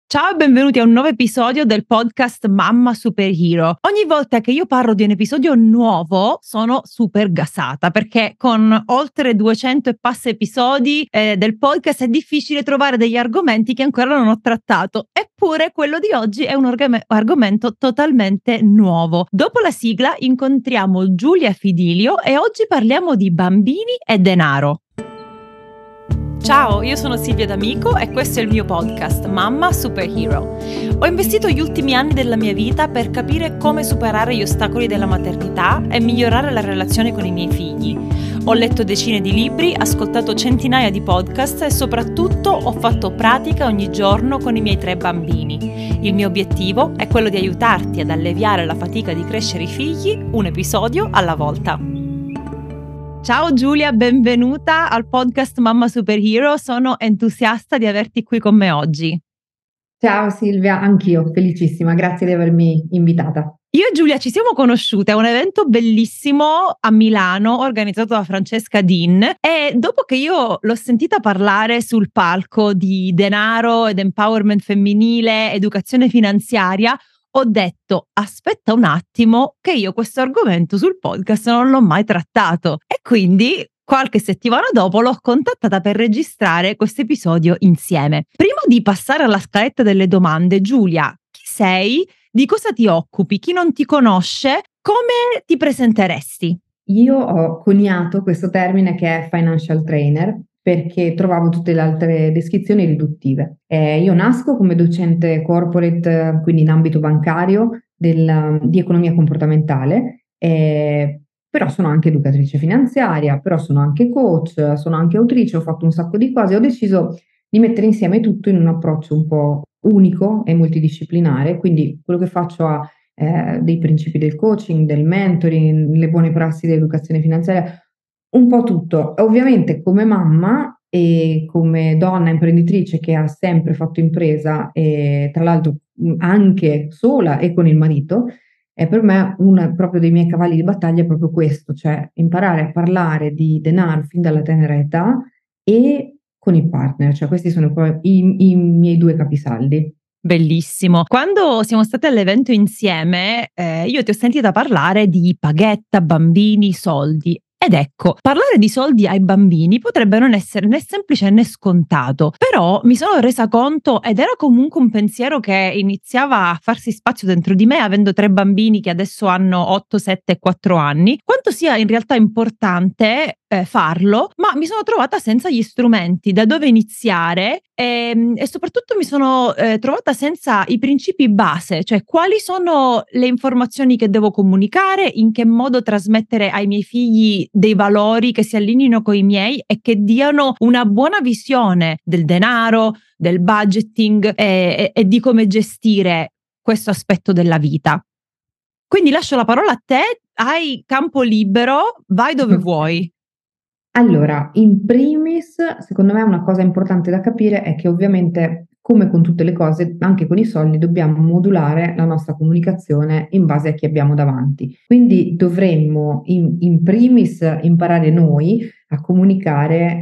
Ciao e benvenuti a un nuovo episodio del podcast Mamma Superhero. Ogni volta che io parlo di un episodio nuovo sono super gasata perché con oltre 200 e passa episodi del podcast è difficile trovare degli argomenti che ancora non ho trattato. Eppure quello di oggi è un argomento totalmente nuovo. Dopo la sigla incontriamo Giulia Fidilio e oggi parliamo di bambini e denaro. Ciao, io sono Silvia D'Amico e questo è il mio podcast Mamma Superhero. Ho investito gli ultimi anni della mia vita per capire come superare gli ostacoli della maternità e migliorare la relazione con i miei figli. Ho letto decine di libri, ascoltato centinaia di podcast e soprattutto ho fatto pratica ogni giorno con i miei 3 bambini. Il mio obiettivo è quello di aiutarti ad alleviare la fatica di crescere i figli un episodio alla volta. Ciao Giulia, benvenuta al podcast Mamma Superhero, sono entusiasta di averti qui con me oggi. Ciao Silvia, anch'io, felicissima, grazie di avermi invitata. Io e Giulia ci siamo conosciute a un evento bellissimo a Milano organizzato da Francesca Din e dopo che io l'ho sentita parlare sul palco di denaro ed empowerment femminile, educazione finanziaria, ho detto aspetta un attimo che io questo argomento sul podcast non l'ho mai trattato e quindi qualche settimana dopo l'ho contattata per registrare questo episodio insieme. Prima di passare alla scaletta delle domande, Giulia, chi sei? Di cosa ti occupi? Chi non ti conosce? Come ti presenteresti? Io ho coniato questo termine che è financial trainer perché trovavo tutte le altre descrizioni riduttive. Io nasco come docente corporate, quindi in ambito bancario, di economia comportamentale, però sono anche educatrice finanziaria, però sono anche coach, sono anche autrice, ho fatto un sacco di cose, ho deciso di mettere insieme tutto in un approccio un po' unico e multidisciplinare, quindi quello che faccio ha dei principi del coaching, del mentoring, le buone prassi dell'educazione finanziaria, un po' tutto. Ovviamente come mamma e come donna imprenditrice che ha sempre fatto impresa e tra l'altro anche sola e con il marito, è per me uno proprio dei miei cavalli di battaglia è proprio questo, cioè imparare a parlare di denaro fin dalla tenera età e con i partner, cioè questi sono poi i miei 2 capisaldi. Bellissimo. Quando siamo state all'evento insieme, io ti ho sentita parlare di paghetta, bambini, soldi. Ed ecco, parlare di soldi ai bambini potrebbe non essere né semplice né scontato, però mi sono resa conto, ed era comunque un pensiero che iniziava a farsi spazio dentro di me, avendo 3 bambini che adesso hanno 8, 7 e 4 anni, quanto sia in realtà importante farlo, ma mi sono trovata senza gli strumenti, da dove iniziare e soprattutto mi sono trovata senza i principi base, cioè quali sono le informazioni che devo comunicare, in che modo trasmettere ai miei figli dei valori che si allineino con i miei e che diano una buona visione del denaro, del budgeting e di come gestire questo aspetto della vita. Quindi lascio la parola a te, hai campo libero, vai dove vuoi. Allora, in primis, secondo me una cosa importante da capire è che ovviamente, come con tutte le cose, anche con i soldi dobbiamo modulare la nostra comunicazione in base a chi abbiamo davanti. Quindi dovremmo in primis imparare noi a comunicare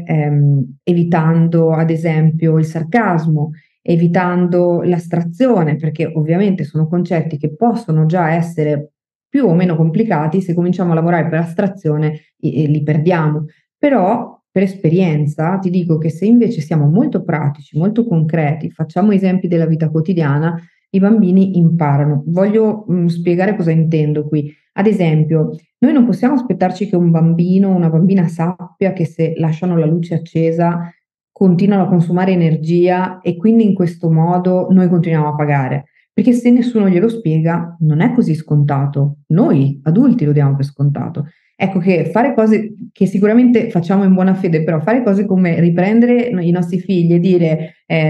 evitando ad esempio il sarcasmo, evitando l'astrazione, perché ovviamente sono concetti che possono già essere più o meno complicati, se cominciamo a lavorare per astrazione li perdiamo. Però per esperienza ti dico che se invece siamo molto pratici, molto concreti, facciamo esempi della vita quotidiana, i bambini imparano. Voglio spiegare cosa intendo qui. Ad esempio, noi non possiamo aspettarci che un bambino o una bambina sappia che se lasciano la luce accesa continuano a consumare energia e quindi in questo modo noi continuiamo a pagare. Perché se nessuno glielo spiega, non è così scontato. Noi adulti lo diamo per scontato. Ecco che fare cose che sicuramente facciamo in buona fede, però fare cose come riprendere i nostri figli e dire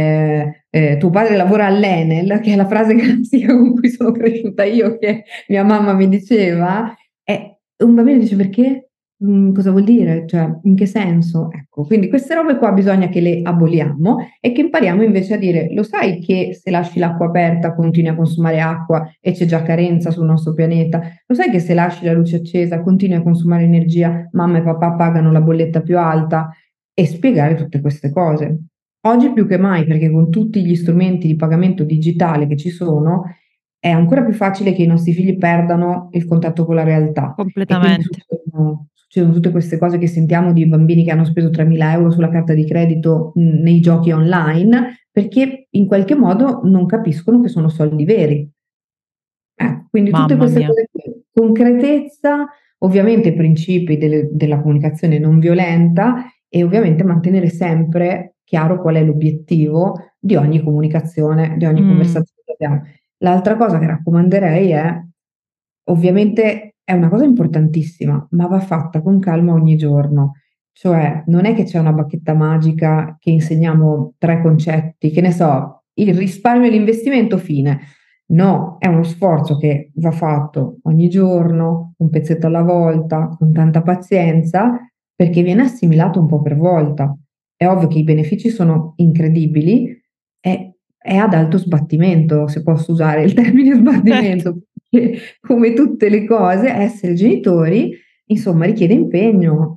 tuo padre lavora all'Enel, che è la frase classica con cui sono cresciuta io, che mia mamma mi diceva, e un bambino dice perché? Cosa vuol dire? Cioè, in che senso? Ecco, quindi queste robe qua bisogna che le aboliamo e che impariamo invece a dire, lo sai che se lasci l'acqua aperta continui a consumare acqua e c'è già carenza sul nostro pianeta? Lo sai che se lasci la luce accesa continui a consumare energia, mamma e papà pagano la bolletta più alta? E spiegare tutte queste cose. Oggi più che mai, perché con tutti gli strumenti di pagamento digitale che ci sono, è ancora più facile che i nostri figli perdano il contatto con la realtà. E quindi Completamente. succedono tutte queste cose che sentiamo di bambini che hanno speso 3.000 euro sulla carta di credito nei giochi online, perché in qualche modo non capiscono che sono soldi veri. Quindi tutte Mamma queste mia. cose qui, concretezza, ovviamente i principi della comunicazione non violenta e ovviamente mantenere sempre chiaro qual è l'obiettivo di ogni comunicazione, di ogni Mm. conversazione che abbiamo. L'altra cosa che raccomanderei è, ovviamente è una cosa importantissima, ma va fatta con calma ogni giorno. Cioè, non è che c'è una bacchetta magica che insegniamo 3 concetti, che ne so, il risparmio e l'investimento, fine. No, è uno sforzo che va fatto ogni giorno, un pezzetto alla volta, con tanta pazienza, perché viene assimilato un po' per volta. È ovvio che i benefici sono incredibili, è ad alto sbattimento, se posso usare il termine Certo. sbattimento, perché come tutte le cose, essere genitori, insomma, richiede impegno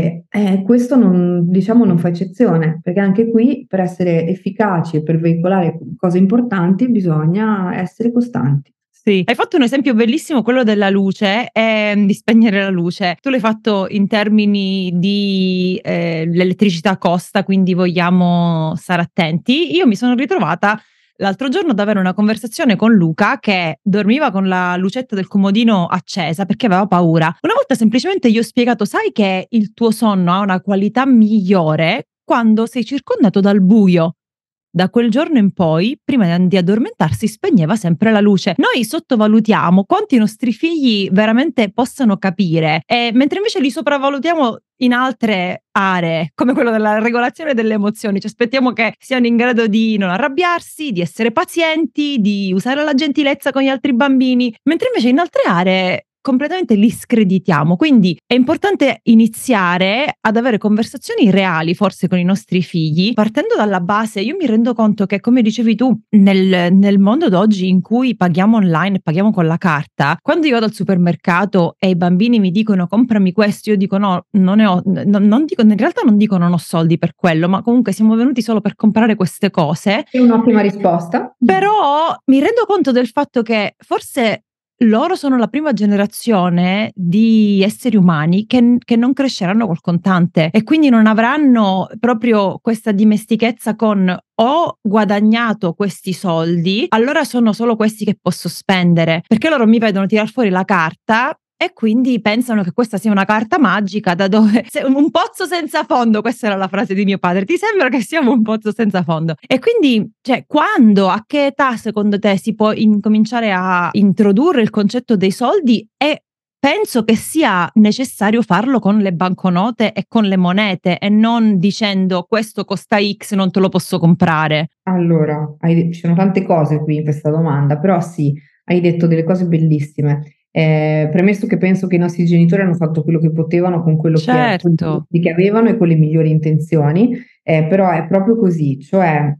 e questo non, diciamo, non fa eccezione, perché anche qui per essere efficaci e per veicolare cose importanti bisogna essere costanti. Sì, hai fatto un esempio bellissimo, quello della luce, di spegnere la luce. Tu l'hai fatto in termini di l'elettricità costa, quindi vogliamo stare attenti. Io mi sono ritrovata l'altro giorno ad avere una conversazione con Luca che dormiva con la lucetta del comodino accesa perché aveva paura. Una volta semplicemente gli ho spiegato, sai che il tuo sonno ha una qualità migliore quando sei circondato dal buio. Da quel giorno in poi, prima di addormentarsi, spegneva sempre la luce. Noi sottovalutiamo quanto i nostri figli veramente possano capire, mentre invece li sopravvalutiamo in altre aree, come quello della regolazione delle emozioni. Ci aspettiamo che siano in grado di non arrabbiarsi, di essere pazienti, di usare la gentilezza con gli altri bambini, mentre invece in altre aree completamente li screditiamo. Quindi è importante iniziare ad avere conversazioni reali, forse con i nostri figli, partendo dalla base. Io mi rendo conto che, come dicevi tu, nel mondo d'oggi in cui paghiamo online, paghiamo con la carta, quando io vado al supermercato e i bambini mi dicono comprami questo, io dico no, non ne ho, non dico, in realtà non dico non ho soldi per quello, ma comunque siamo venuti solo per comprare queste cose. È un'ottima risposta. Però mi rendo conto del fatto che forse loro sono la prima generazione di esseri umani che non cresceranno col contante e quindi non avranno proprio questa dimestichezza con ho guadagnato questi soldi, allora sono solo questi che posso spendere, perché loro mi vedono tirar fuori la carta e quindi pensano che questa sia una carta magica da dove un pozzo senza fondo, questa era la frase di mio padre. Ti sembra che siamo un pozzo senza fondo? E quindi, cioè, quando, a che età secondo te si può incominciare a introdurre il concetto dei soldi? E penso che sia necessario farlo con le banconote e con le monete e non dicendo questo costa X, non te lo posso comprare. Allora, ci sono tante cose qui in questa domanda, però sì, hai detto delle cose bellissime. Premesso che penso che i nostri genitori hanno fatto quello che potevano con quello con i Certo. mezzi che avevano e con le migliori intenzioni, però è proprio così. Cioè,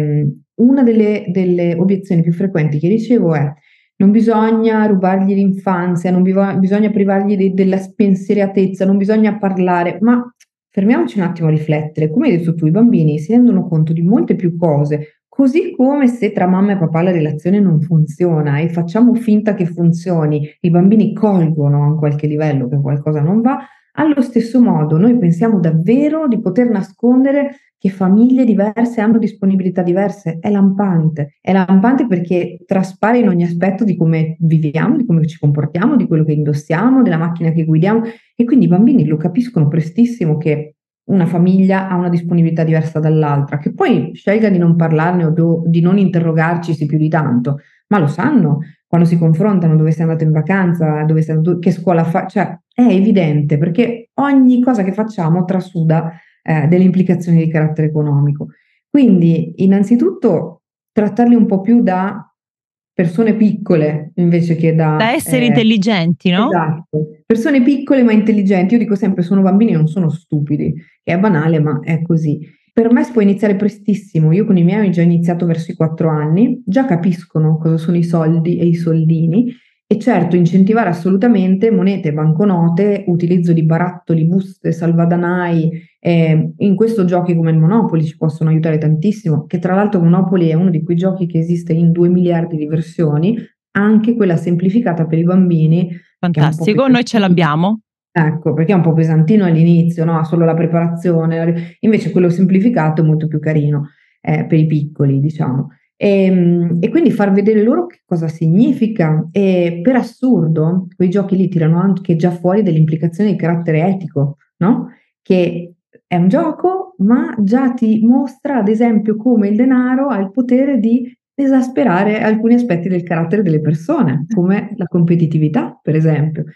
una delle obiezioni più frequenti che ricevo è non bisogna rubargli l'infanzia, non bisogna privargli della spensieratezza, non bisogna parlare, ma fermiamoci un attimo a riflettere. Come hai detto tu, i bambini si rendono conto di molte più cose, così come se tra mamma e papà la relazione non funziona e facciamo finta che funzioni, i bambini colgono a un qualche livello che qualcosa non va, allo stesso modo noi pensiamo davvero di poter nascondere che famiglie diverse hanno disponibilità diverse. È lampante perché traspare in ogni aspetto di come viviamo, di come ci comportiamo, di quello che indossiamo, della macchina che guidiamo. E quindi i bambini lo capiscono prestissimo che una famiglia ha una disponibilità diversa dall'altra, che poi scelga di non parlarne di non interrogarci più di tanto, ma lo sanno quando si confrontano dove sei andato in vacanza, che scuola fa, cioè è evidente perché ogni cosa che facciamo trasuda delle implicazioni di carattere economico. Quindi, innanzitutto, trattarli un po' più da persone piccole invece che Da da essere intelligenti, no? esatto, persone piccole ma intelligenti. Io dico sempre sono bambini, non sono stupidi, che è banale, ma è così. Per me si può iniziare prestissimo. Io con i miei ho già iniziato verso i 4 anni, già capiscono cosa sono i soldi e i soldini. E certo, incentivare assolutamente monete, banconote, utilizzo di barattoli, buste, salvadanai, In questo giochi come il Monopoly ci possono aiutare tantissimo, che tra l'altro Monopoly è uno di quei giochi che esiste in 2 miliardi di versioni, anche quella semplificata per i bambini, che è un po' Fantastico, noi ce pesantino. l'abbiamo. Ecco, perché è un po' pesantino all'inizio, no? Ha solo la preparazione, invece quello semplificato è molto più carino, per i piccoli, diciamo. E quindi far vedere loro che cosa significa. E per assurdo, quei giochi lì tirano anche già fuori delle implicazioni di carattere etico, no? Che è un gioco, ma già ti mostra, ad esempio, come il denaro ha il potere di esasperare alcuni aspetti del carattere delle persone, come la competitività, per esempio.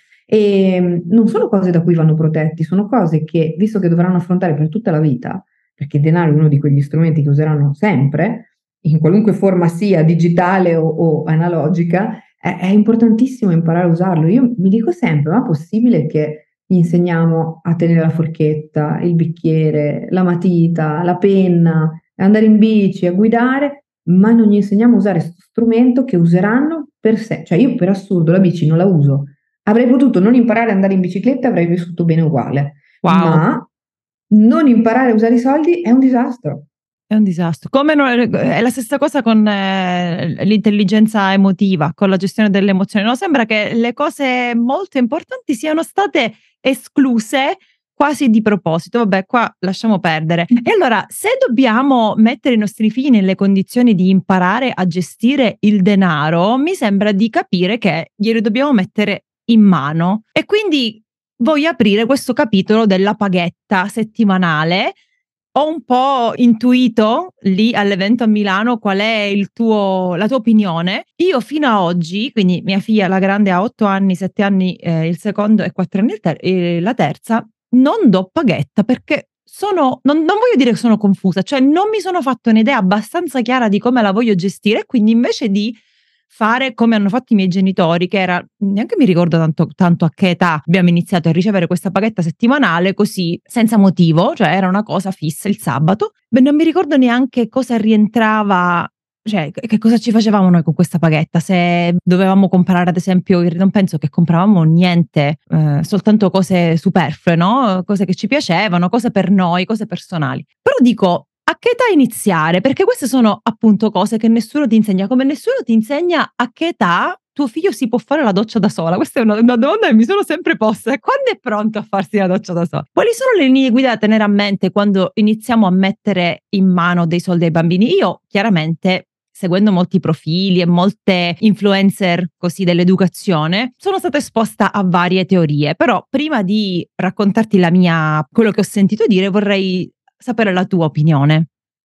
E non sono cose da cui vanno protetti, sono cose che, visto che dovranno affrontare per tutta la vita, perché il denaro è uno di quegli strumenti che useranno sempre, in qualunque forma sia, digitale o analogica, è importantissimo imparare a usarlo. Io mi dico sempre, ma è possibile che gli insegniamo a tenere la forchetta, il bicchiere, la matita, la penna, andare in bici, a guidare, ma non gli insegniamo a usare questo strumento che useranno per sé. Cioè io per assurdo la bici non la uso. Avrei potuto non imparare ad andare in bicicletta e avrei vissuto bene uguale, Wow. ma non imparare a usare i soldi è un disastro. È un disastro. Come è la stessa cosa con l'intelligenza emotiva, con la gestione delle emozioni. No, sembra che le cose molto importanti siano state escluse quasi di proposito. Vabbè, qua lasciamo perdere. E allora, se dobbiamo mettere i nostri figli nelle condizioni di imparare a gestire il denaro, mi sembra di capire che glielo dobbiamo mettere in mano. E quindi voglio aprire questo capitolo della paghetta settimanale. Ho un po' intuito lì all'evento a Milano qual è la tua opinione. Io fino a oggi, quindi mia figlia la grande ha 8 anni, 7 anni il secondo e 4 anni la terza, non do paghetta perché non voglio dire che sono confusa, cioè non mi sono fatta un'idea abbastanza chiara di come la voglio gestire, quindi invece di fare come hanno fatto i miei genitori, che era, neanche mi ricordo tanto a che età abbiamo iniziato a ricevere questa paghetta settimanale così, senza motivo, cioè era una cosa fissa il sabato. Beh, non mi ricordo neanche cosa rientrava, cioè che cosa ci facevamo noi con questa paghetta, se dovevamo comprare ad esempio, non penso che compravamo niente, soltanto cose superflue, no? Cose che ci piacevano, cose per noi, cose personali. Però dico, a che età iniziare? Perché queste sono appunto cose che nessuno ti insegna, come nessuno ti insegna a che età tuo figlio si può fare la doccia da sola. Questa è una domanda che mi sono sempre posta. Quando è pronto a farsi la doccia da sola? Quali sono le linee guida da tenere a mente quando iniziamo a mettere in mano dei soldi ai bambini? Io chiaramente, seguendo molti profili e molte influencer così dell'educazione, sono stata esposta a varie teorie, però prima di raccontarti quello che ho sentito dire, vorrei sapere la tua opinione.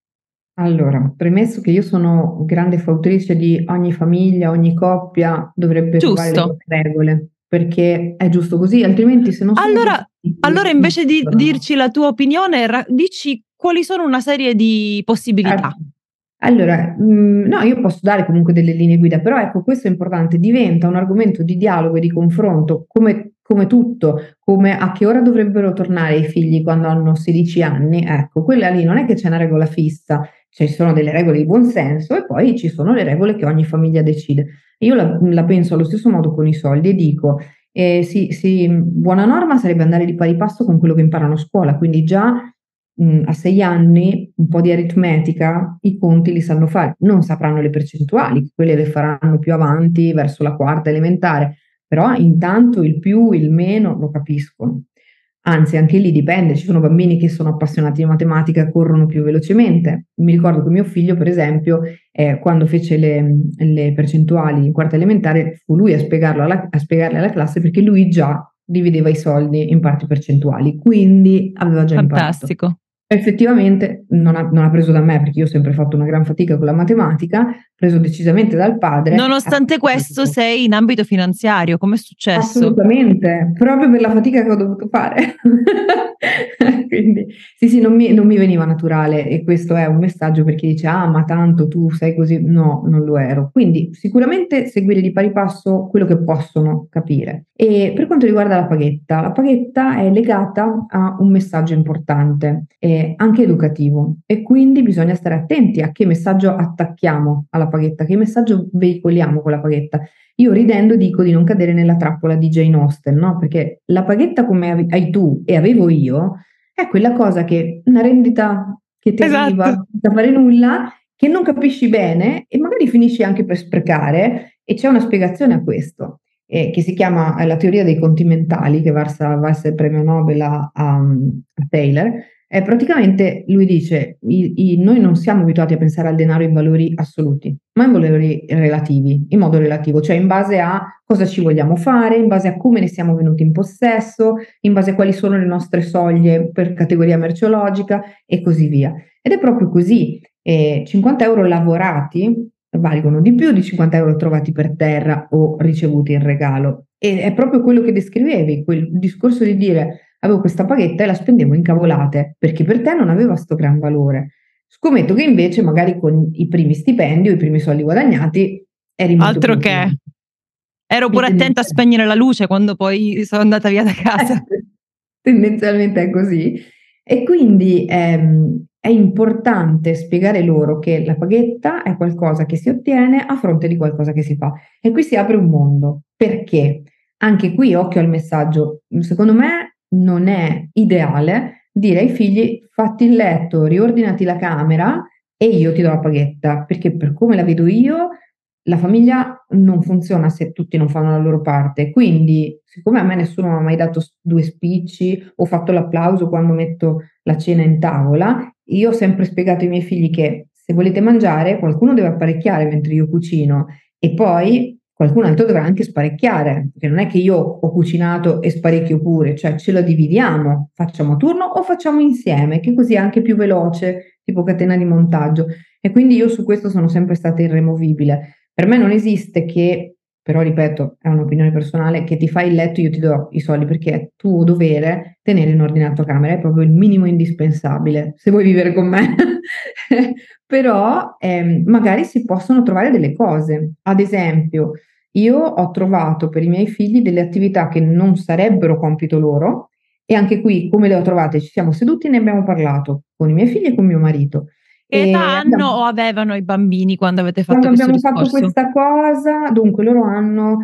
Allora, premesso che io sono grande fautrice di ogni famiglia, ogni coppia dovrebbe trovare le Giusto. proprie regole, perché è giusto così, altrimenti se non sono Allora, gestiti non invece di funzionano. dirci la tua opinione, dici quali sono una serie di possibilità. Certo. Allora, no, io posso dare comunque delle linee guida, però ecco, questo è importante, diventa un argomento di dialogo e di confronto, come tutto, come a che ora dovrebbero tornare i figli quando hanno 16 anni, ecco, quella lì non è che c'è una regola fissa, ci sono delle regole di buon senso e poi ci sono le regole che ogni famiglia decide. Io la penso allo stesso modo con i soldi e dico, sì, sì, buona norma sarebbe andare di pari passo con quello che imparano a scuola, quindi già a 6 anni un po' di aritmetica, i conti li sanno fare, non sapranno le percentuali, quelle le faranno più avanti verso la quarta elementare, però intanto il più, il meno lo capiscono. Anzi, anche lì dipende, ci sono bambini che sono appassionati di matematica e corrono più velocemente. Mi ricordo che mio figlio, per esempio, quando fece le percentuali in quarta elementare, fu lui a spiegarle alla classe perché lui già divideva i soldi in parti percentuali, quindi aveva già imparato. Fantastico. Effettivamente non ha preso da me, perché io ho sempre fatto una gran fatica con la matematica, preso decisamente dal padre. Nonostante questo, sei in ambito finanziario, com'è successo? Assolutamente, proprio per la fatica che ho dovuto fare. Quindi sì, sì, non mi veniva naturale e questo è un messaggio per chi dice: "Ah, ma tanto tu sei così". No, non lo ero. Quindi sicuramente seguire di pari passo quello che possono capire. E per quanto riguarda la paghetta è legata a un messaggio importante, anche educativo e quindi bisogna stare attenti a che messaggio attacchiamo alla paghetta, che messaggio veicoliamo con la paghetta. Io ridendo dico di non cadere nella trappola di Jane Austen, no, perché la paghetta come hai tu e avevo io, È quella cosa che una rendita che ti arriva Esatto. senza fare nulla, che non capisci bene e magari finisci anche per sprecare, e c'è una spiegazione a questo, che si chiama la teoria dei conti mentali, che valse il premio Nobel a Taylor. Praticamente lui dice: noi non siamo abituati a pensare al denaro in valori assoluti, ma in valori relativi, in modo relativo, cioè in base a cosa ci vogliamo fare, in base a come ne siamo venuti in possesso, in base a quali sono le nostre soglie per categoria merceologica e così via. Ed è proprio così. 50 euro lavorati valgono di più di 50 euro trovati per terra o ricevuti in regalo. E è proprio quello che descrivevi, quel discorso di dire: avevo questa paghetta e la spendevo in cavolate, perché per te non aveva sto gran valore. Scommetto che invece magari con i primi stipendi o i primi soldi guadagnati eri molto più Altro influente. che. Ero E pure attenta a spegnere la luce quando poi sono andata via da casa. tendenzialmente è così. E quindi è importante spiegare loro che la paghetta è qualcosa che si ottiene a fronte di qualcosa che si fa. E qui si apre un mondo. Perché? Anche qui, occhio al messaggio. Secondo me non è ideale dire ai figli: fatti il letto, riordinati la camera e io ti do la paghetta. Perché per come la vedo io, la famiglia non funziona se tutti non fanno la loro parte. Quindi, siccome a me nessuno mi ha mai dato due spicci o fatto l'applauso quando metto la cena in tavola, io ho sempre spiegato ai miei figli che se volete mangiare, qualcuno deve apparecchiare mentre io cucino e poi qualcun altro dovrà anche sparecchiare, perché non è che io ho cucinato e sparecchio pure, cioè ce lo dividiamo, facciamo a turno o facciamo insieme, che così è anche più veloce, tipo catena di montaggio. E quindi io su questo sono sempre stata irremovibile. Per me non esiste che, però ripeto, è un'opinione personale, che ti fai il letto e io ti do i soldi, perché è tuo dovere tenere in ordine la tua camera, è proprio il minimo indispensabile, se vuoi vivere con me. Però magari si possono trovare delle cose. Ad esempio, io ho trovato per i miei figli delle attività che non sarebbero compito loro, e anche qui, come le ho trovate? Ci siamo seduti e ne abbiamo parlato con i miei figli e con mio marito. Che età E hanno o avevano i bambini quando avete fatto quando questo abbiamo fatto discorso? questa cosa, dunque loro hanno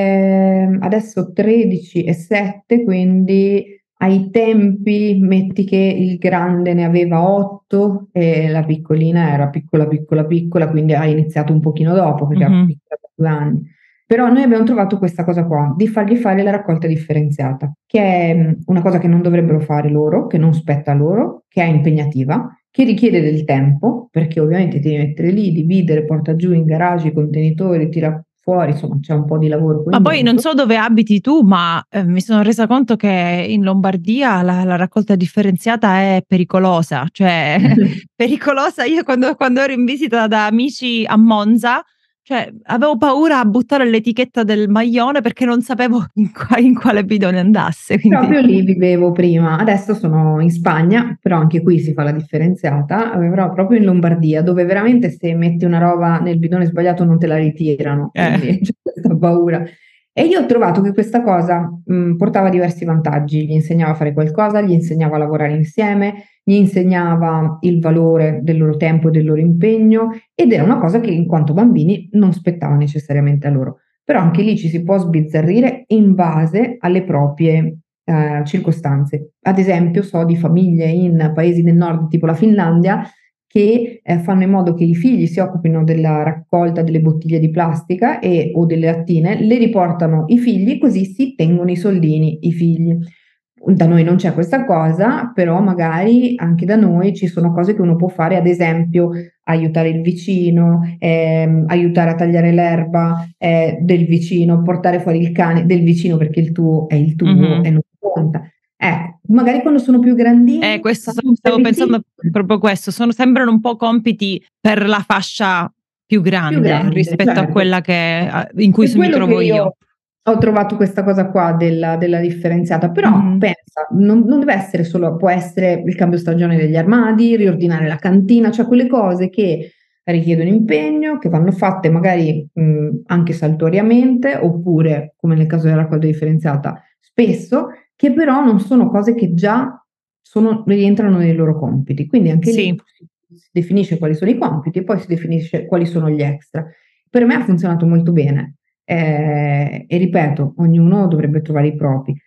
adesso 13 e 7, quindi ai tempi metti che il grande ne aveva 8 e la piccolina era piccola, piccola, piccola, quindi ha iniziato un pochino dopo perché era Mh-mh. piccola da 2 anni. Però noi abbiamo trovato questa cosa qua, di fargli fare la raccolta differenziata, che è una cosa che non dovrebbero fare loro, che non spetta a loro, che è impegnativa, che richiede del tempo, perché ovviamente ti devi mettere lì, dividere, porta giù in garage i contenitori, tira fuori, insomma c'è un po' di lavoro Ma qui poi non dentro. so dove abiti tu, ma, mi sono resa conto che in Lombardia la raccolta differenziata è pericolosa, cioè pericolosa. Io quando ero in visita da amici a Monza, cioè avevo paura a buttare l'etichetta del maglione perché non sapevo in quale bidone andasse, quindi Proprio lì vivevo prima, adesso sono in Spagna, però anche qui si fa la differenziata, però proprio in Lombardia, dove veramente se metti una roba nel bidone sbagliato non te la ritirano, eh. quindi c'è questa paura. E io ho trovato che questa cosa portava diversi vantaggi, gli insegnava a fare qualcosa, gli insegnava a lavorare insieme, gli insegnava il valore del loro tempo e del loro impegno, ed era una cosa che in quanto bambini non spettava necessariamente a loro. Però anche lì ci si può sbizzarrire in base alle proprie circostanze. Ad esempio, so di famiglie in paesi del nord, tipo la Finlandia, che fanno in modo che i figli si occupino della raccolta delle bottiglie di plastica o delle lattine, le riportano i figli, così si tengono i soldini i figli. Da noi non c'è questa cosa, però magari anche da noi ci sono cose che uno può fare, ad esempio aiutare il vicino, aiutare a tagliare l'erba del vicino, portare fuori il cane del vicino perché il tuo è il tuo Mh-mh. e non conta. Magari quando sono più grandini Questo fanno stavo babysit pensando proprio questo, sembrano un po' compiti per la fascia più più grande grande, rispetto a certo. quella che in cui È mi quello che trovo io. io ho trovato questa cosa qua della differenziata, però Mh-mh. pensa, non deve essere solo, può essere il cambio stagione degli armadi, riordinare la cantina, cioè quelle cose che richiedono impegno, che vanno fatte magari anche saltuariamente, oppure, come nel caso della raccolta differenziata, spesso, che però non sono cose che già rientrano nei loro compiti. Quindi anche lì Sì. si definisce quali sono i compiti e poi si definisce quali sono gli extra. Per me ha funzionato molto bene. E ripeto, ognuno dovrebbe trovare i propri.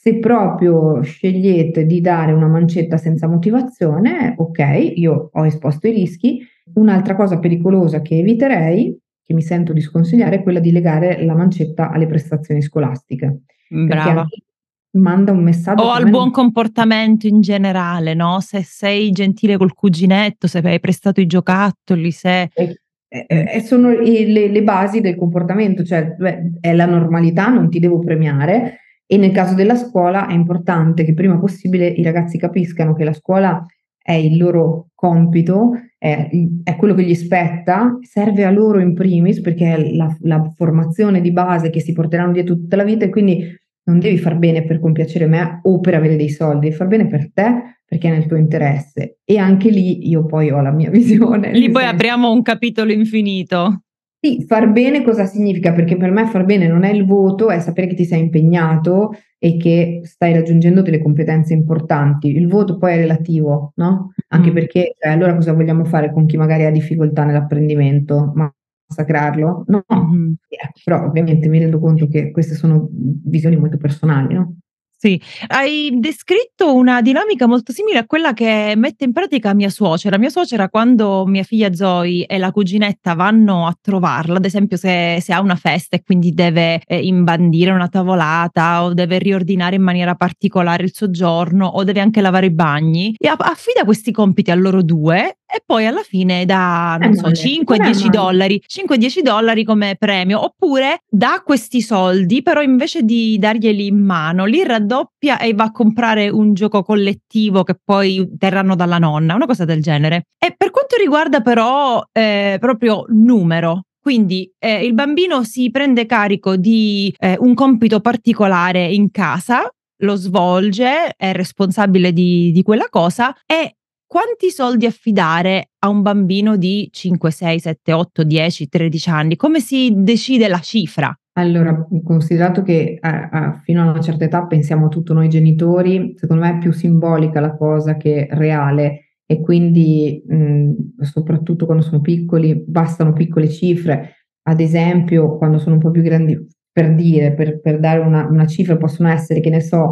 Se proprio scegliete di dare una mancetta senza motivazione, ok, io ho esposto i rischi. Un'altra cosa pericolosa che eviterei, che mi sento di sconsigliare, è quella di legare la mancetta alle prestazioni scolastiche, perché Brava. anche manda un messaggio O che a al me non. buon comportamento in generale, no, se sei gentile col cuginetto, se hai prestato i giocattoli, se Sono le basi del comportamento, cioè è la normalità, non ti devo premiare, e nel caso della scuola è importante che prima possibile i ragazzi capiscano che la scuola è il loro compito, è quello che gli spetta, serve a loro in primis perché è la formazione di base che si porteranno dietro tutta la vita, e quindi non devi far bene per compiacere me o per avere dei soldi, devi far bene per te perché è nel tuo interesse. E anche lì io poi ho la mia visione, lì nel poi senso. apriamo un capitolo infinito. Sì, far bene cosa significa? Perché per me far bene non è il voto, è sapere che ti sei impegnato e che stai raggiungendo delle competenze importanti. Il voto poi è relativo, no? Anche Mh. perché, allora cosa vogliamo fare con chi magari ha difficoltà nell'apprendimento? Massacrarlo? No. Mh-mh. Però ovviamente mi rendo conto che queste sono visioni molto personali, no? Sì, hai descritto una dinamica molto simile a quella che mette in pratica mia suocera. Mia suocera quando mia figlia Zoe e la cuginetta vanno a trovarla, ad esempio se ha una festa e quindi deve, imbandire una tavolata o deve riordinare in maniera particolare il soggiorno o deve anche lavare i bagni, e affida questi compiti a loro 2 e poi alla fine dà, Non non è so, male, non 5, è male. 10 $, 5, 10 $ come premio, oppure dà questi soldi, però invece di darglieli in mano, li raddoppia e va a comprare un gioco collettivo che poi terranno dalla nonna, una cosa del genere. E per quanto riguarda però, proprio numero, quindi, il bambino si prende carico di, un compito particolare in casa, lo svolge, è responsabile di quella cosa, e quanti soldi affidare a un bambino di 5, 6, 7, 8, 10, 13 anni? Come si decide la cifra? Allora, considerato che fino a una certa età pensiamo a tutto noi genitori, secondo me è più simbolica la cosa che reale, e quindi soprattutto quando sono piccoli bastano piccole cifre. Ad esempio, quando sono un po' più grandi, per dire, per dare una cifra, possono essere, che ne so,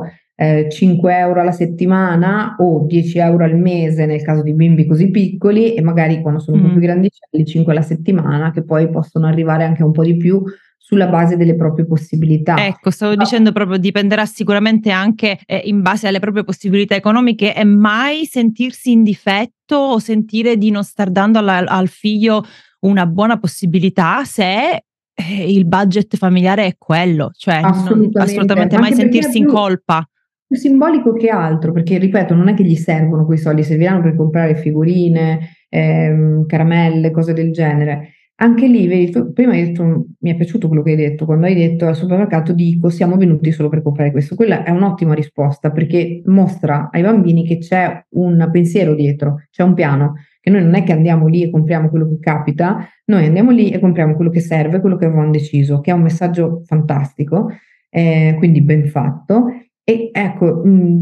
5 euro alla settimana o 10 euro al mese nel caso di bimbi così piccoli, e magari quando sono un po' più Mh. grandicelli 5 alla settimana, che poi possono arrivare anche a un po' di più sulla base delle proprie possibilità. Ecco, stavo Però dicendo proprio dipenderà sicuramente anche, in base alle proprie possibilità economiche, e mai sentirsi in difetto o sentire di non star dando al figlio una buona possibilità se, il budget familiare è quello, cioè non assolutamente, assolutamente ma mai anche perché è sentirsi in colpa. più simbolico che altro, perché ripeto, non è che gli servono quei soldi, serviranno per comprare figurine, caramelle, cose del genere. Anche lì, vedi, tu prima hai detto, mi è piaciuto quello che hai detto, quando hai detto al supermercato dico siamo venuti solo per comprare questo. Quella è un'ottima risposta perché mostra ai bambini che c'è un pensiero dietro, c'è un piano, che noi non è che andiamo lì e compriamo quello che capita, noi andiamo lì e compriamo quello che serve, quello che avevamo deciso, che è un messaggio fantastico, quindi ben fatto. E ecco,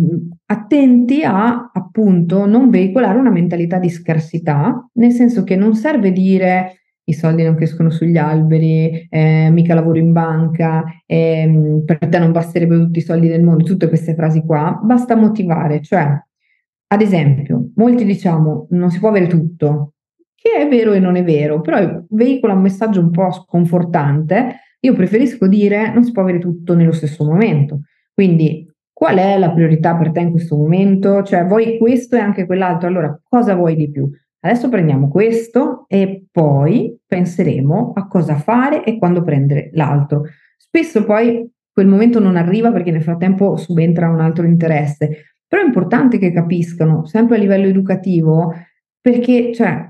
attenti a appunto non veicolare una mentalità di scarsità, nel senso che non serve dire i soldi non crescono sugli alberi, mica lavoro in banca, per te non basterebbero tutti i soldi del mondo, tutte queste frasi qua, basta motivare, cioè, ad esempio, molti diciamo non si può avere tutto, che è vero e non è vero, però veicola un messaggio un po' sconfortante. Io preferisco dire non si può avere tutto nello stesso momento. Quindi, qual è la priorità per te in questo momento? Cioè, vuoi questo e anche quell'altro, allora cosa vuoi di più? Adesso prendiamo questo e poi penseremo a cosa fare e quando prendere l'altro. Spesso poi quel momento non arriva perché nel frattempo subentra un altro interesse, però è importante che capiscano, sempre a livello educativo, perché cioè,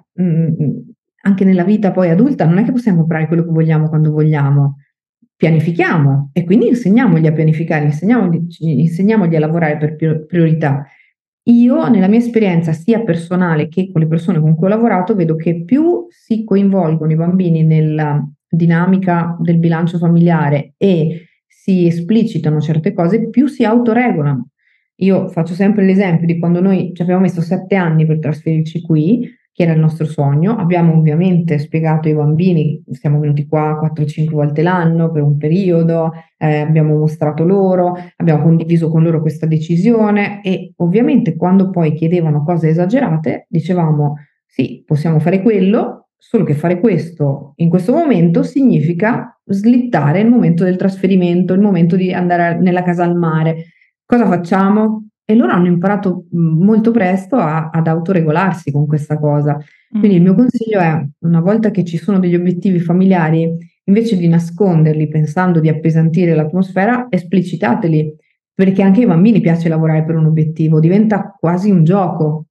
anche nella vita poi adulta non è che possiamo comprare quello che vogliamo quando vogliamo. Pianifichiamo e quindi insegniamogli a pianificare, insegniamogli a lavorare per priorità. Io, nella mia esperienza sia personale che con le persone con cui ho lavorato, vedo che più si coinvolgono i bambini nella dinamica del bilancio familiare e si esplicitano certe cose, più si autoregolano. Io faccio sempre l'esempio di quando noi ci abbiamo messo 7 anni per trasferirci qui, che era il nostro sogno. Abbiamo ovviamente spiegato ai bambini, siamo venuti qua 4-5 volte l'anno per un periodo, abbiamo mostrato loro, abbiamo condiviso con loro questa decisione e ovviamente quando poi chiedevano cose esagerate dicevamo sì, possiamo fare quello, solo che fare questo in questo momento significa slittare il momento del trasferimento, il momento di andare nella casa al mare. Cosa facciamo? E loro hanno imparato molto presto ad autoregolarsi con questa cosa. Quindi il mio consiglio è, una volta che ci sono degli obiettivi familiari, invece di nasconderli pensando di appesantire l'atmosfera, esplicitateli, perché anche ai bambini piace lavorare per un obiettivo, diventa quasi un gioco.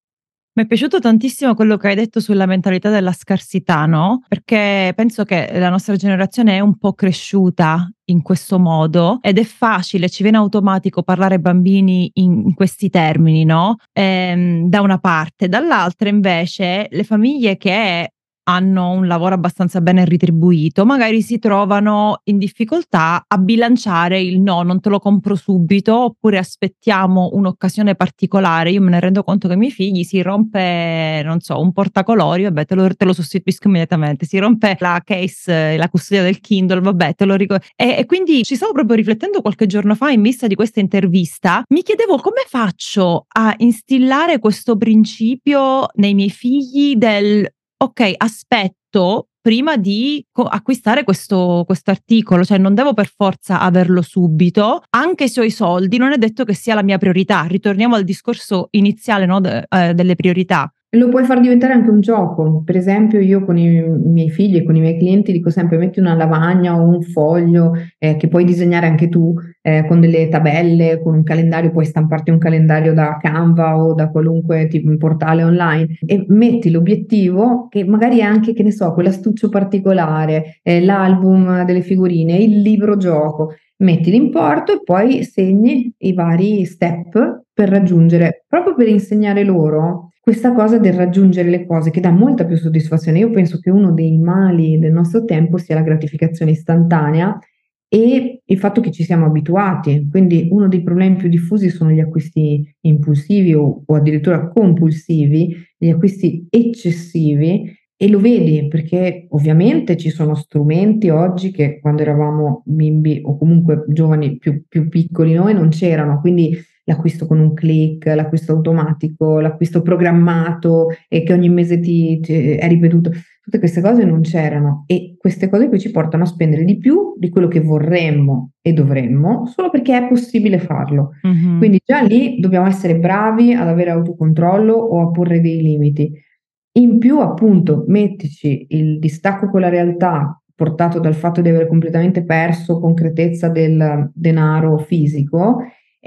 Mi è piaciuto tantissimo quello che hai detto sulla mentalità della scarsità, no? Perché penso che la nostra generazione è un po' cresciuta in questo modo ed è facile, ci viene automatico parlare ai bambini in questi termini, no? Da una parte, dall'altra invece le famiglie che hanno un lavoro abbastanza bene retribuito, magari si trovano in difficoltà a bilanciare il no, non te lo compro subito, oppure aspettiamo un'occasione particolare. Io me ne rendo conto che ai miei figli si rompe, non so, un portacolori, vabbè, te lo sostituisco immediatamente. Si rompe la case, la custodia del Kindle, vabbè, te lo ricordo. E quindi ci stavo proprio riflettendo qualche giorno fa in vista di questa intervista, mi chiedevo come faccio a instillare questo principio nei miei figli del okay, aspetto prima di acquistare quest'articolo, cioè non devo per forza averlo subito, anche se ho i soldi, non è detto che sia la mia priorità. Ritorniamo al discorso iniziale, no, delle priorità. Lo puoi far diventare anche un gioco. Per esempio, io con i miei figli e con i miei clienti dico sempre: metti una lavagna o un foglio che puoi disegnare anche tu con delle tabelle, con un calendario, puoi stamparti un calendario da Canva o da qualunque tipo portale online e metti l'obiettivo che magari è anche, che ne so, quell'astuccio particolare, l'album delle figurine, il libro gioco. Metti l'importo e poi segni i vari step per raggiungere, proprio per insegnare loro questa cosa del raggiungere le cose che dà molta più soddisfazione. Io penso che uno dei mali del nostro tempo sia la gratificazione istantanea e il fatto che ci siamo abituati. Quindi uno dei problemi più diffusi sono gli acquisti impulsivi o addirittura compulsivi, gli acquisti eccessivi. E lo vedi perché ovviamente ci sono strumenti oggi che quando eravamo bimbi o comunque giovani più piccoli noi non c'erano, quindi l'acquisto con un click, l'acquisto automatico, l'acquisto programmato e che ogni mese è ripetuto. Tutte queste cose non c'erano e queste cose qui ci portano a spendere di più di quello che vorremmo e dovremmo, solo perché è possibile farlo. Mh-mh. Quindi già lì dobbiamo essere bravi ad avere autocontrollo o a porre dei limiti. In più, appunto, mettici il distacco con la realtà portato dal fatto di aver completamente perso concretezza del denaro fisico,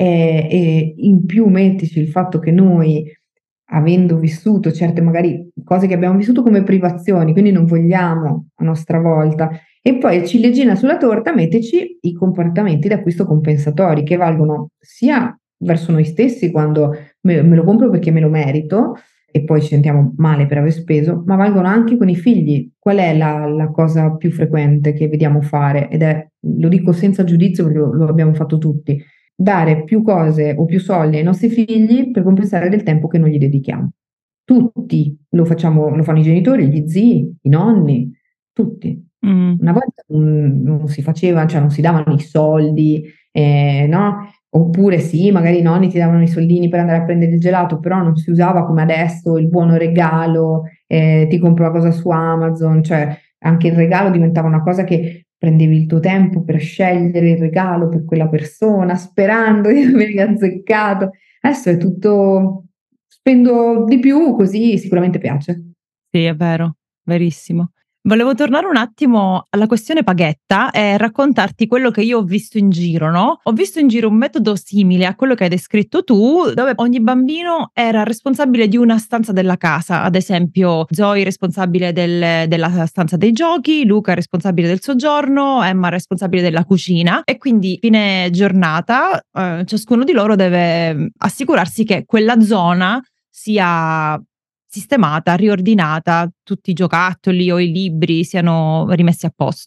e in più mettici il fatto che noi, avendo vissuto certe magari cose che abbiamo vissuto come privazioni, quindi non vogliamo a nostra volta, e poi ciliegina sulla torta mettici i comportamenti d'acquisto compensatori che valgono sia verso noi stessi quando me lo compro perché me lo merito, e poi ci sentiamo male per aver speso, ma valgono anche con i figli. Qual è la cosa più frequente che vediamo fare? Ed è, lo dico senza giudizio perché lo abbiamo fatto tutti, dare più cose o più soldi ai nostri figli per compensare del tempo che non gli dedichiamo. Tutti lo facciamo, lo fanno i genitori, gli zii, i nonni, tutti. Mh. Una volta non si faceva, cioè non si davano i soldi, no? Oppure sì, magari i nonni ti davano i soldini per andare a prendere il gelato, però non si usava come adesso il buono regalo, ti compro la cosa su Amazon, cioè anche il regalo diventava una cosa che prendevi il tuo tempo per scegliere il regalo per quella persona, sperando di averli azzeccato. Adesso è tutto spendo di più, così sicuramente piace. Sì, è vero, verissimo. Volevo tornare un attimo alla questione paghetta e raccontarti quello che io ho visto in giro, no? Ho visto in giro un metodo simile a quello che hai descritto tu, dove ogni bambino era responsabile di una stanza della casa, ad esempio Zoe responsabile della stanza dei giochi, Luca responsabile del soggiorno, Emma responsabile della cucina e quindi fine giornata ciascuno di loro deve assicurarsi che quella zona sia sistemata, riordinata, tutti i giocattoli o i libri siano rimessi a posto. E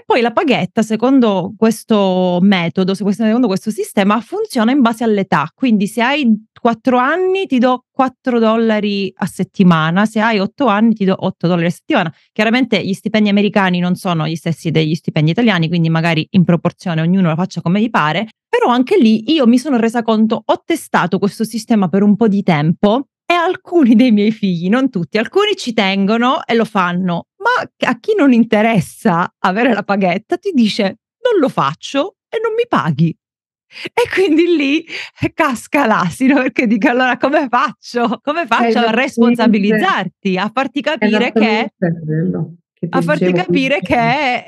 poi la paghetta, secondo questo metodo, secondo questo sistema, funziona in base all'età. Quindi se hai 4 anni ti do $4 a settimana, se hai 8 anni ti do $8 a settimana. Chiaramente gli stipendi americani non sono gli stessi degli stipendi italiani, quindi magari in proporzione ognuno la faccia come gli pare, però anche lì io mi sono resa conto, ho testato questo sistema per un po' di tempo e alcuni dei miei figli, non tutti, alcuni ci tengono e lo fanno, ma a chi non interessa avere la paghetta ti dice non lo faccio e non mi paghi. E quindi lì casca l'asino perché dico allora come faccio? Come È faccio a esattamente responsabilizzarti, a farti capire che esattamente quello che ti a farti dicevo capire prima. che,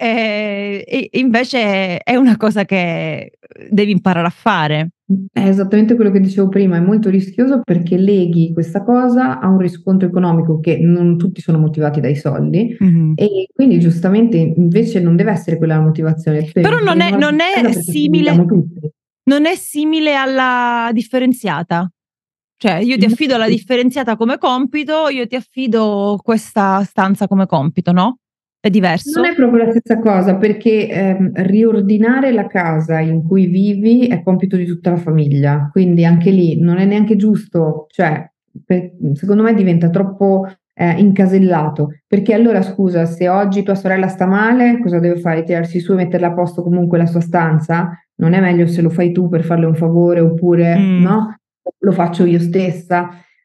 invece è una cosa che devi imparare a fare. È esattamente quello che dicevo prima, è molto rischioso perché leghi questa cosa a un riscontro economico che non tutti sono motivati dai soldi Mh-mh. e quindi giustamente invece non deve essere quella la motivazione, Però non è prendiamo la non è differenza perché ci simile viviamo tutti. non è simile alla differenziata. Cioè io ti affido la differenziata come compito, io ti affido questa stanza come compito, no? È Non diverso? è proprio la stessa cosa perché, riordinare la casa in cui vivi è compito di tutta la famiglia, quindi anche lì non è neanche giusto, cioè secondo me diventa troppo, incasellato, perché allora scusa, se oggi tua sorella sta male, cosa deve fare? Tirarsi su e metterle a posto comunque la sua stanza? Non è meglio se lo fai tu per farle un favore oppure, Mh. no, lo faccio io stessa?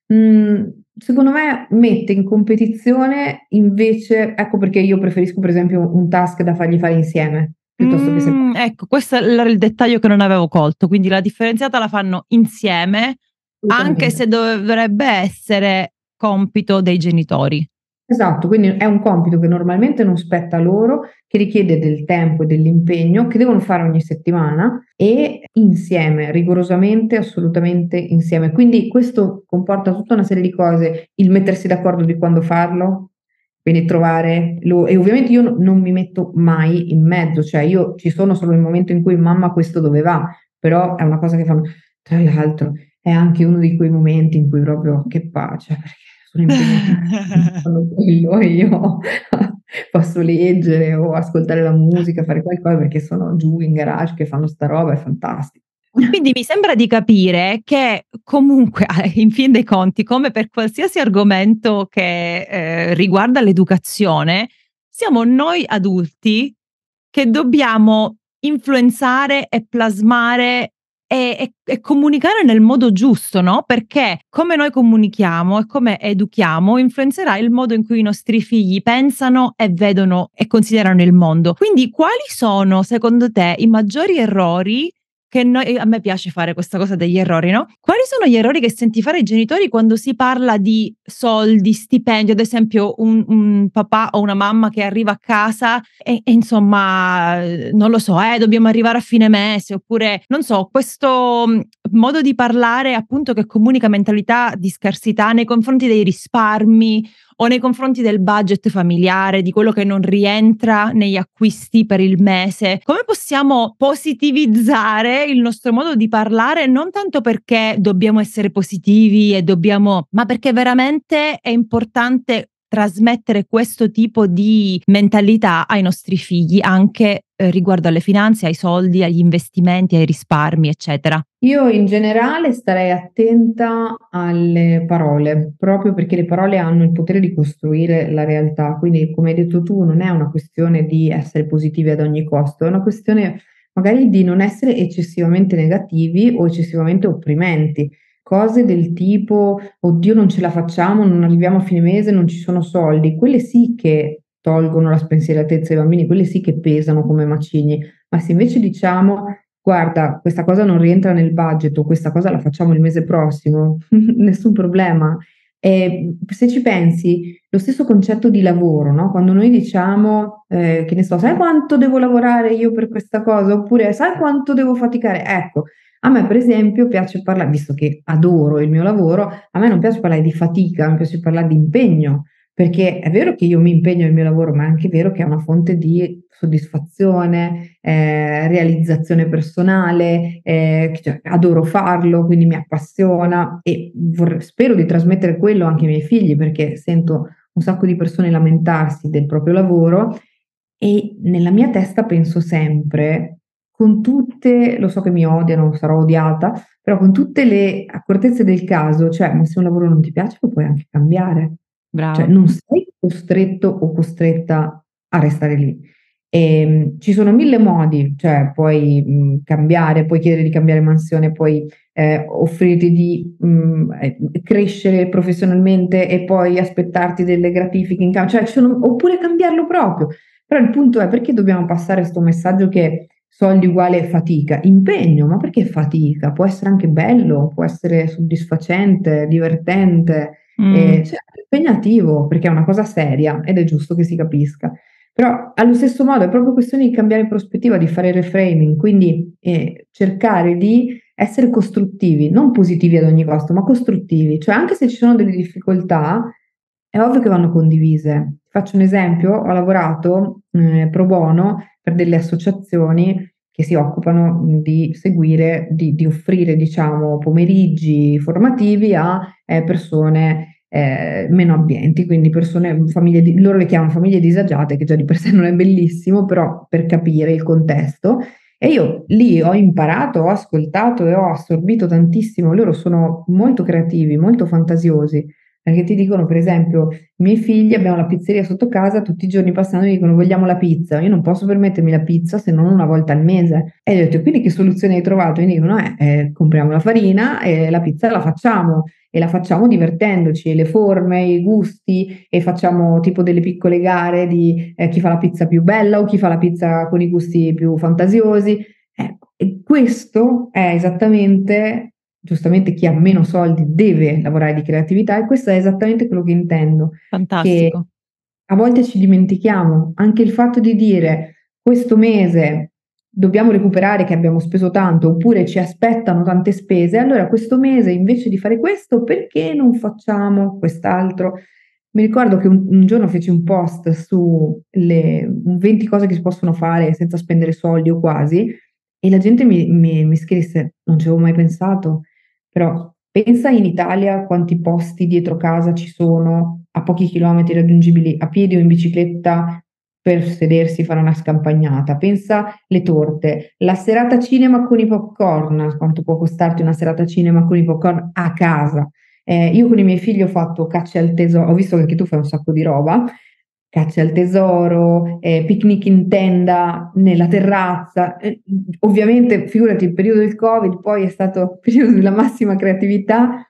Secondo me mette in competizione invece ecco perché io preferisco per esempio un task da fargli fare insieme, piuttosto che Ecco, questo era il dettaglio che non avevo colto, quindi la differenziata la fanno insieme, anche assolutamente. se dovrebbe essere compito dei genitori. Esatto, quindi è un compito che normalmente non spetta a loro, che richiede del tempo e dell'impegno, che devono fare ogni settimana e insieme, rigorosamente, assolutamente insieme. Quindi questo comporta tutta una serie di cose, il mettersi d'accordo di quando farlo, quindi trovare lo e ovviamente io non mi metto mai in mezzo, cioè io ci sono solo nel momento in cui: "Mamma questo dove va?" Però è una cosa che fanno tra l'altro è anche uno di quei momenti in cui proprio che pace, perché sono impegnatissimi, fanno quello e io posso leggere o ascoltare la musica, fare qualcosa perché sono giù in garage che fanno sta roba, è fantastico. Quindi mi sembra di capire che comunque, in fin dei conti, come per qualsiasi argomento che, riguarda l'educazione, siamo noi adulti che dobbiamo influenzare e plasmare e comunicare nel modo giusto, no, perché come noi comunichiamo e come educhiamo influenzerà il modo in cui i nostri figli pensano e vedono e considerano il mondo. Quindi quali sono secondo te i maggiori errori che noi a me piace fare questa cosa degli errori, no, quali sono gli errori che senti fare ai genitori quando si parla di soldi, stipendio, ad esempio un papà o una mamma che arriva a casa e insomma, non lo so, dobbiamo arrivare a fine mese, oppure non so, questo, modo di parlare appunto che comunica mentalità di scarsità nei confronti dei risparmi o nei confronti del budget familiare, di quello che non rientra negli acquisti per il mese. Come possiamo positivizzare il nostro modo di parlare, non tanto perché dobbiamo essere positivi e dobbiamo ma perché veramente è importante trasmettere questo tipo di mentalità ai nostri figli, anche, riguardo alle finanze, ai soldi, agli investimenti, ai risparmi, eccetera. Io in generale starei attenta alle parole, proprio perché le parole hanno il potere di costruire la realtà. Quindi, come hai detto tu, non è una questione di essere positivi ad ogni costo, è una questione magari di non essere eccessivamente negativi o eccessivamente opprimenti. Cose del tipo, oddio, non ce la facciamo, non arriviamo a fine mese, non ci sono soldi. Quelle sì che tolgono la spensieratezza ai bambini, quelle sì che pesano come macigni. Ma se invece diciamo guarda, questa cosa non rientra nel budget o questa cosa la facciamo il mese prossimo, nessun problema. Se ci pensi, lo stesso concetto di lavoro, no, quando noi diciamo, che ne so: "Sai quanto devo lavorare io per questa cosa?" Oppure: "Sai quanto devo faticare?" Ecco, a me per esempio piace visto che adoro il mio lavoro, a me non piace parlare di fatica, mi piace parlare di impegno. Perché è vero che io mi impegno nel mio lavoro, ma è anche vero che è una fonte di soddisfazione, realizzazione personale, cioè adoro farlo, quindi mi appassiona e spero di trasmettere quello anche ai miei figli, perché sento un sacco di persone lamentarsi del proprio lavoro E nella mia testa penso sempre, con tutte, lo so che mi odiano, sarò odiata, però con tutte le accortezze del caso, cioè, ma se un lavoro non ti piace lo puoi anche cambiare. Cioè, Brava. non sei costretto o costretta a restare lì. Ci sono 1000 modi, cioè puoi, cambiare, puoi chiedere di cambiare mansione, puoi, offrirti di, crescere professionalmente e poi aspettarti delle gratifiche in ca cioè ci sono oppure cambiarlo proprio. Però il punto è: perché dobbiamo passare 'sto messaggio che soldi uguale fatica? Impegno, ma perché fatica? Può essere anche bello, può essere soddisfacente, divertente, cioè impegnativo, perché è una cosa seria ed è giusto che si capisca. Però allo stesso modo è proprio questione di cambiare prospettiva, di fare reframing, quindi, cercare di essere costruttivi, non positivi ad ogni costo, ma costruttivi. Cioè anche se ci sono delle difficoltà, è ovvio che vanno condivise. Faccio un esempio: ho lavorato, pro bono per delle associazioni che si occupano, di seguire di offrire, diciamo, pomeriggi formativi a, persone, meno abbienti, quindi persone famiglie di loro le chiamano famiglie disagiate, che già di per sé non è bellissimo, però per capire il contesto. E io lì ho imparato, ho ascoltato e ho assorbito tantissimo. Loro sono molto creativi, molto fantasiosi, perché ti dicono, per esempio, i miei figli, abbiamo la pizzeria sotto casa, tutti i giorni passando mi dicono: "Vogliamo la pizza". Io non posso permettermi la pizza se non una volta al mese. E gli ho detto: "Quindi che soluzione hai trovato?" Mi dicono: compriamo la farina e la pizza la facciamo, e la facciamo divertendoci, le forme, i gusti, e facciamo tipo delle piccole gare di, chi fa la pizza più bella o chi fa la pizza con i gusti più fantasiosi". Ecco, e questo è esattamente, giustamente chi ha meno soldi deve lavorare di creatività, e questo è esattamente quello che intendo, che Fantastico. a volte ci dimentichiamo. Anche il fatto di dire: "Questo mese dobbiamo recuperare che abbiamo speso tanto", oppure "Ci aspettano tante spese, allora questo mese invece di fare questo, perché non facciamo quest'altro?" Mi ricordo che un giorno feci un post su le 20 cose che si possono fare senza spendere soldi o quasi, e la gente mi scrisse: "Non ci avevo mai pensato". Però pensa in Italia quanti posti dietro casa ci sono, a pochi chilometri raggiungibili a piedi o in bicicletta, per sedersi, fare una scampagnata. Pensa le torte, la serata cinema con i popcorn, quanto può costarti una serata cinema con i popcorn a casa. Io con i miei figli ho fatto cacce al ho visto che anche tu fai un sacco di roba, cacce al tesoro, picnic in tenda nella terrazza. Ovviamente figurati il periodo del Covid poi è stato il periodo della massima creatività,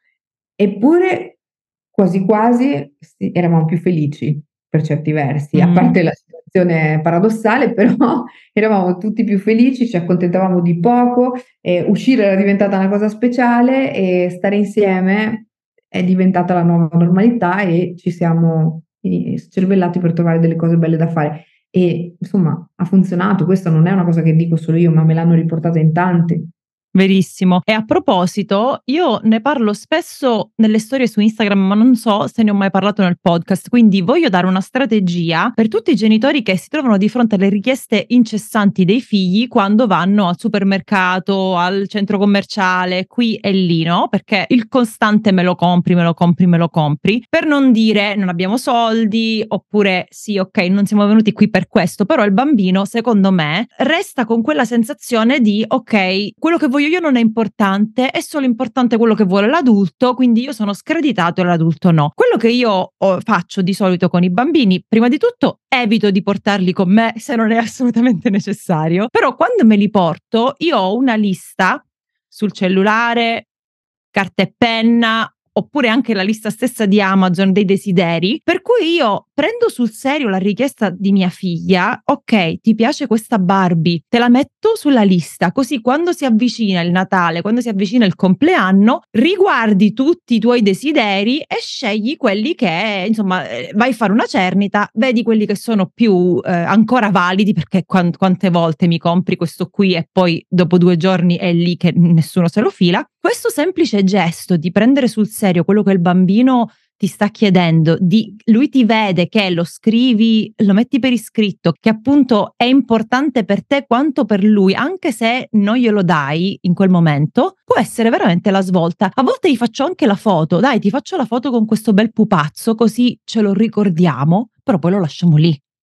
eppure quasi quasi eravamo più felici per certi versi, a Mh. parte la situazione paradossale, però eravamo tutti più felici, ci accontentavamo di poco, uscire era diventata una cosa speciale e stare insieme è diventata la nuova normalità, e ci siamo scervellati per trovare delle cose belle da fare. E insomma ha funzionato. Questa non è una cosa che dico solo io, ma me l'hanno riportata in tanti. Verissimo. E a proposito, io ne parlo spesso nelle storie su Instagram, ma non so se ne ho mai parlato nel podcast, quindi voglio dare una strategia per tutti i genitori che si trovano di fronte alle richieste incessanti dei figli quando vanno al supermercato, al centro commerciale, qui e lì, no? Perché il costante me lo compri, me lo compri, me lo compri, per non dire non abbiamo soldi, oppure sì, ok, non siamo venuti qui per questo, però il bambino, secondo me, resta con quella sensazione di ok, quello che voglio io non è importante, è solo importante quello che vuole l'adulto, quindi io sono screditato e l'adulto no. Quello che io faccio di solito con i bambini, prima di tutto evito di portarli con me se non è assolutamente necessario, però quando me li porto io ho una lista sul cellulare, carta e penna, oppure anche la lista stessa di Amazon dei desideri, per cui io prendo sul serio la richiesta di mia figlia: "Okay, ti piace questa Barbie? Te la metto sulla lista, così quando si avvicina il Natale, quando si avvicina il compleanno, riguardi tutti i tuoi desideri e scegli quelli che insomma, vai a fare una cernita, vedi quelli che sono più, ancora validi", perché quante volte mi compri questo qui e poi dopo 2 giorni è lì che nessuno se lo fila. Questo semplice gesto di prendere sul serio quello che il bambino ti sta chiedendo, lui ti vede che lo scrivi, lo metti per iscritto, che appunto è importante per te quanto per lui, anche se non glielo dai in quel momento, può essere veramente la svolta. A volte gli faccio anche la foto: "Dai, ti faccio la foto con questo bel pupazzo, così ce lo ricordiamo", però poi lo lasciamo lì.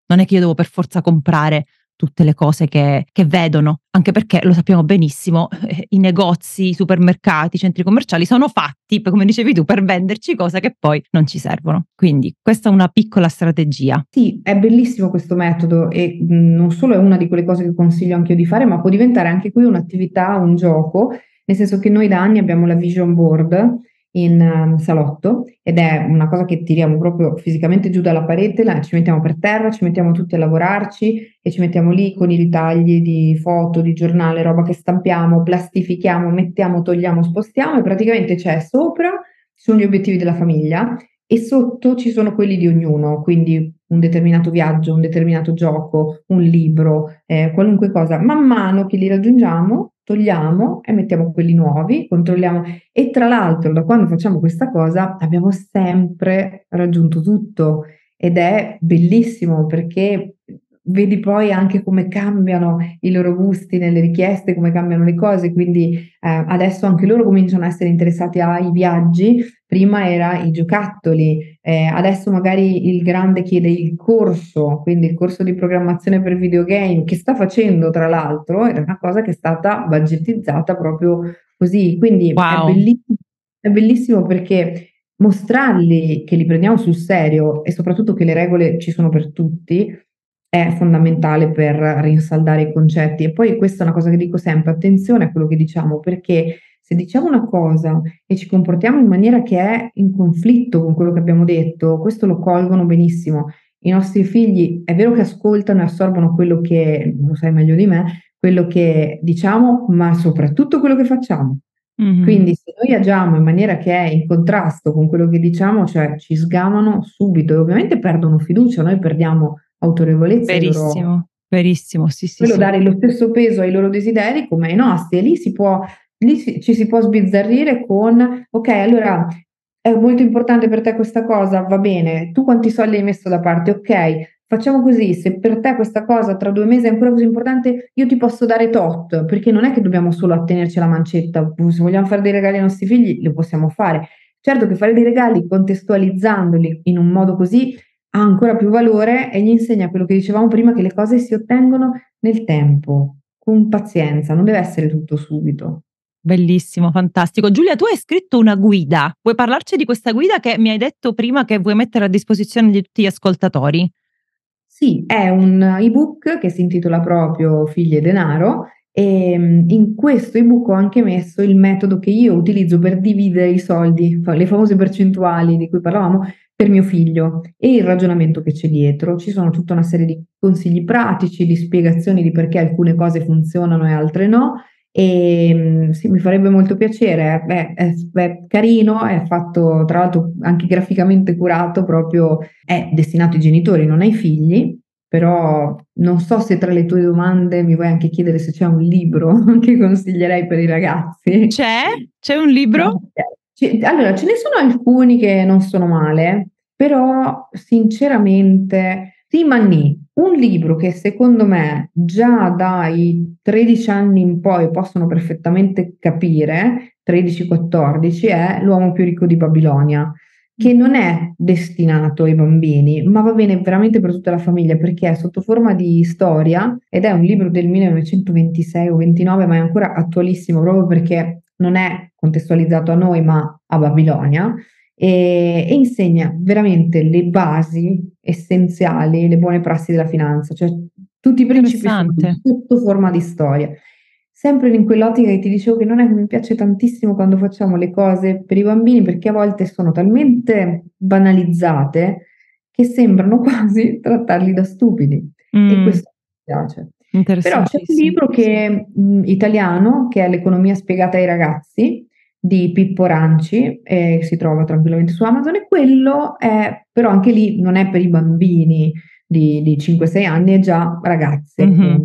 Non è che io devo per forza comprare tutte le cose che vedono, anche perché lo sappiamo benissimo, i negozi, i supermercati, i centri commerciali sono fatti, come dicevi tu, per venderci cose che poi non ci servono. Quindi questa è una piccola strategia. Sì, è bellissimo questo metodo e non solo è una di quelle cose che consiglio anche io di fare, ma può diventare anche qui un'attività, un gioco, nel senso che noi da anni abbiamo la vision board in salotto ed è una cosa che tiriamo proprio fisicamente giù dalla parete, ci mettiamo per terra, ci mettiamo tutti a lavorarci e ci mettiamo lì con i ritagli di foto, di giornale, roba che stampiamo, plastifichiamo, mettiamo, togliamo, spostiamo e praticamente c'è sopra, ci sono gli obiettivi della famiglia e sotto ci sono quelli di ognuno, quindi un determinato viaggio, un determinato gioco, un libro, qualunque cosa. Man mano che li raggiungiamo, togliamo e mettiamo quelli nuovi, controlliamo. E tra l'altro, da quando facciamo questa cosa, abbiamo sempre raggiunto tutto ed è bellissimo perché vedi poi anche come cambiano i loro gusti nelle richieste, come cambiano le cose, quindi adesso anche loro cominciano a essere interessati ai viaggi. Prima era i giocattoli, adesso magari il grande chiede il corso, quindi il corso di programmazione per videogame, che sta facendo tra l'altro, è una cosa che è stata budgetizzata proprio così, quindi Wow, è bellissimo perché mostrarli che li prendiamo sul serio e soprattutto che le regole ci sono per tutti è fondamentale per rinsaldare i concetti. E poi questa è una cosa che dico sempre, attenzione a quello che diciamo, perché se diciamo una cosa e ci comportiamo in maniera che è in conflitto con quello che abbiamo detto, questo lo colgono benissimo. I nostri figli è vero che ascoltano e assorbono quello che, lo sai meglio di me, quello che diciamo, ma soprattutto quello che facciamo. mhm, Quindi se noi agiamo in maniera che è in contrasto con quello che diciamo, cioè ci sgamano subito e ovviamente perdono fiducia, noi perdiamo autorevolezza ai loro, verissimo, verissimo, sì, sì, quello sì. dare lo stesso peso ai loro desideri come ai nostri, e lì ci si può sbizzarrire con, ok, allora è molto importante per te questa cosa, va bene, tu quanti soldi hai messo da parte? Ok, facciamo così, se per te questa cosa tra 2 mesi è ancora così importante, io ti posso dare tot, perché non è che dobbiamo solo attenerci alla mancetta, se vogliamo fare dei regali ai nostri figli, lo possiamo fare. Certo che fare dei regali contestualizzandoli in un modo così ha ancora più valore e gli insegna quello che dicevamo prima, che le cose si ottengono nel tempo, con pazienza, non deve essere tutto subito. Bellissimo, fantastico. Giulia, tu hai scritto una guida. Vuoi parlarci di questa guida che mi hai detto prima che vuoi mettere a disposizione di tutti gli ascoltatori? Sì, è un ebook che si intitola proprio Figli e denaro e in questo ebook ho anche messo il metodo che io utilizzo per dividere i soldi, le famose percentuali di cui parlavamo, per mio figlio e il ragionamento che c'è dietro. Ci sono tutta una serie di consigli pratici, di spiegazioni di perché alcune cose funzionano e altre no. E sì, mi farebbe molto piacere. È carino, è fatto tra l'altro anche graficamente curato proprio è destinato ai genitori, non ai figli, però non so se tra le tue domande mi vuoi anche chiedere se c'è un libro che consiglierei per i ragazzi. C'è? C'è un libro? No, allora, ce ne sono alcuni che non sono male, però sinceramente, sì, ma nì. Un libro che secondo me già dai 13 anni in poi possono perfettamente capire, 13-14, è L'uomo più ricco di Babilonia, che non è destinato ai bambini, ma va bene veramente per tutta la famiglia perché è sotto forma di storia ed è un libro del 1926 o 29, ma è ancora attualissimo proprio perché non è contestualizzato a noi, ma a Babilonia. E insegna veramente le basi essenziali, le buone prassi della finanza, cioè tutti i principi sono lì, Interessante. sotto forma di storia. Sempre in quell'ottica che ti dicevo che non è che mi piace tantissimo quando facciamo le cose per i bambini perché a volte sono talmente banalizzate che sembrano quasi trattarli da stupidi e Mm, questo mi piace. Però c'è un interessantissimo. libro che, italiano che è L'economia spiegata ai ragazzi di Pippo Ranci, si trova tranquillamente su Amazon e quello è, però anche lì non è per i bambini di 5-6 anni, è già ragazzi Mhm. appunto.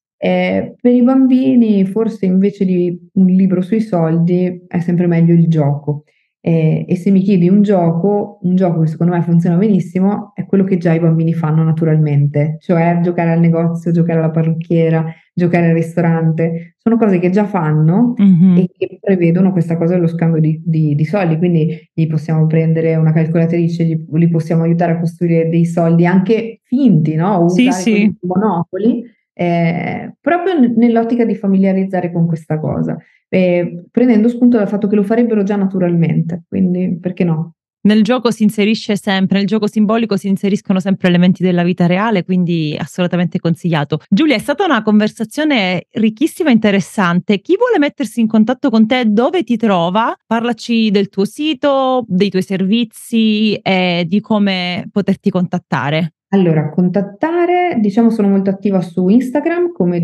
Per i bambini forse invece di un libro sui soldi è sempre meglio il gioco. E se mi chiedi un gioco che secondo me funziona benissimo è quello che già i bambini fanno naturalmente, cioè giocare al negozio, giocare alla parrucchiera, giocare al ristorante. Sono cose che già fanno Mhm. e che prevedono questa cosa dello scambio di soldi, quindi gli possiamo prendere una calcolatrice, li possiamo aiutare a costruire dei soldi anche finti, no? O Sì, usare quelli sì. di Monopoli, proprio nell'ottica di familiarizzare con questa cosa, prendendo spunto dal fatto che lo farebbero già naturalmente, quindi perché no? Nel gioco si inserisce sempre, nel gioco simbolico si inseriscono sempre elementi della vita reale, quindi assolutamente consigliato. Giulia, è stata una conversazione ricchissima e interessante. Chi vuole mettersi in contatto con te, dove ti trova? Parlaci del tuo sito, dei tuoi servizi e di come poterti contattare. Allora, contattare, diciamo sono molto attiva su Instagram come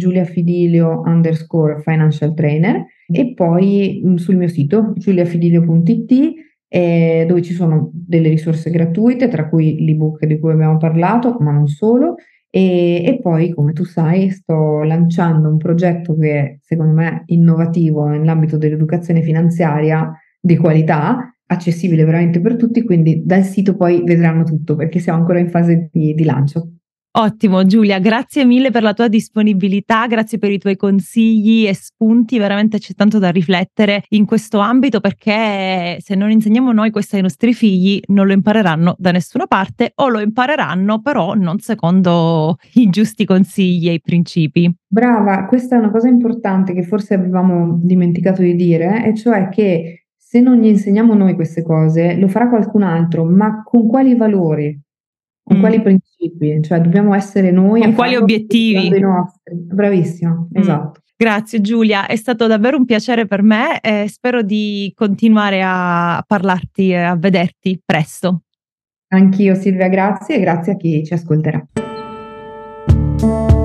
giuliafidilio_financial trainer e poi sul mio sito giuliafidilio.it, dove ci sono delle risorse gratuite, tra cui l'ebook di cui abbiamo parlato, ma non solo. E poi, come tu sai, sto lanciando un progetto che secondo me è innovativo nell'ambito dell'educazione finanziaria di qualità, accessibile veramente per tutti, quindi dal sito poi vedranno tutto perché siamo ancora in fase di lancio. Ottimo Giulia, grazie mille per la tua disponibilità, grazie per i tuoi consigli e spunti, veramente c'è tanto da riflettere in questo ambito perché se non insegniamo noi questo ai nostri figli non lo impareranno da nessuna parte o lo impareranno però non secondo i giusti consigli e i principi. Brava, questa è una cosa importante che forse avevamo dimenticato di dire, e cioè che se non gli insegniamo noi queste cose, lo farà qualcun altro, ma con quali valori, con Mm. quali principi? Cioè dobbiamo essere noi a Con quali farlo obiettivi? ispirando i nostri. Bravissima, Mm. esatto. Grazie Giulia, è stato davvero un piacere per me e spero di continuare a parlarti e a vederti presto. Anch'io Silvia, grazie e grazie a chi ci ascolterà.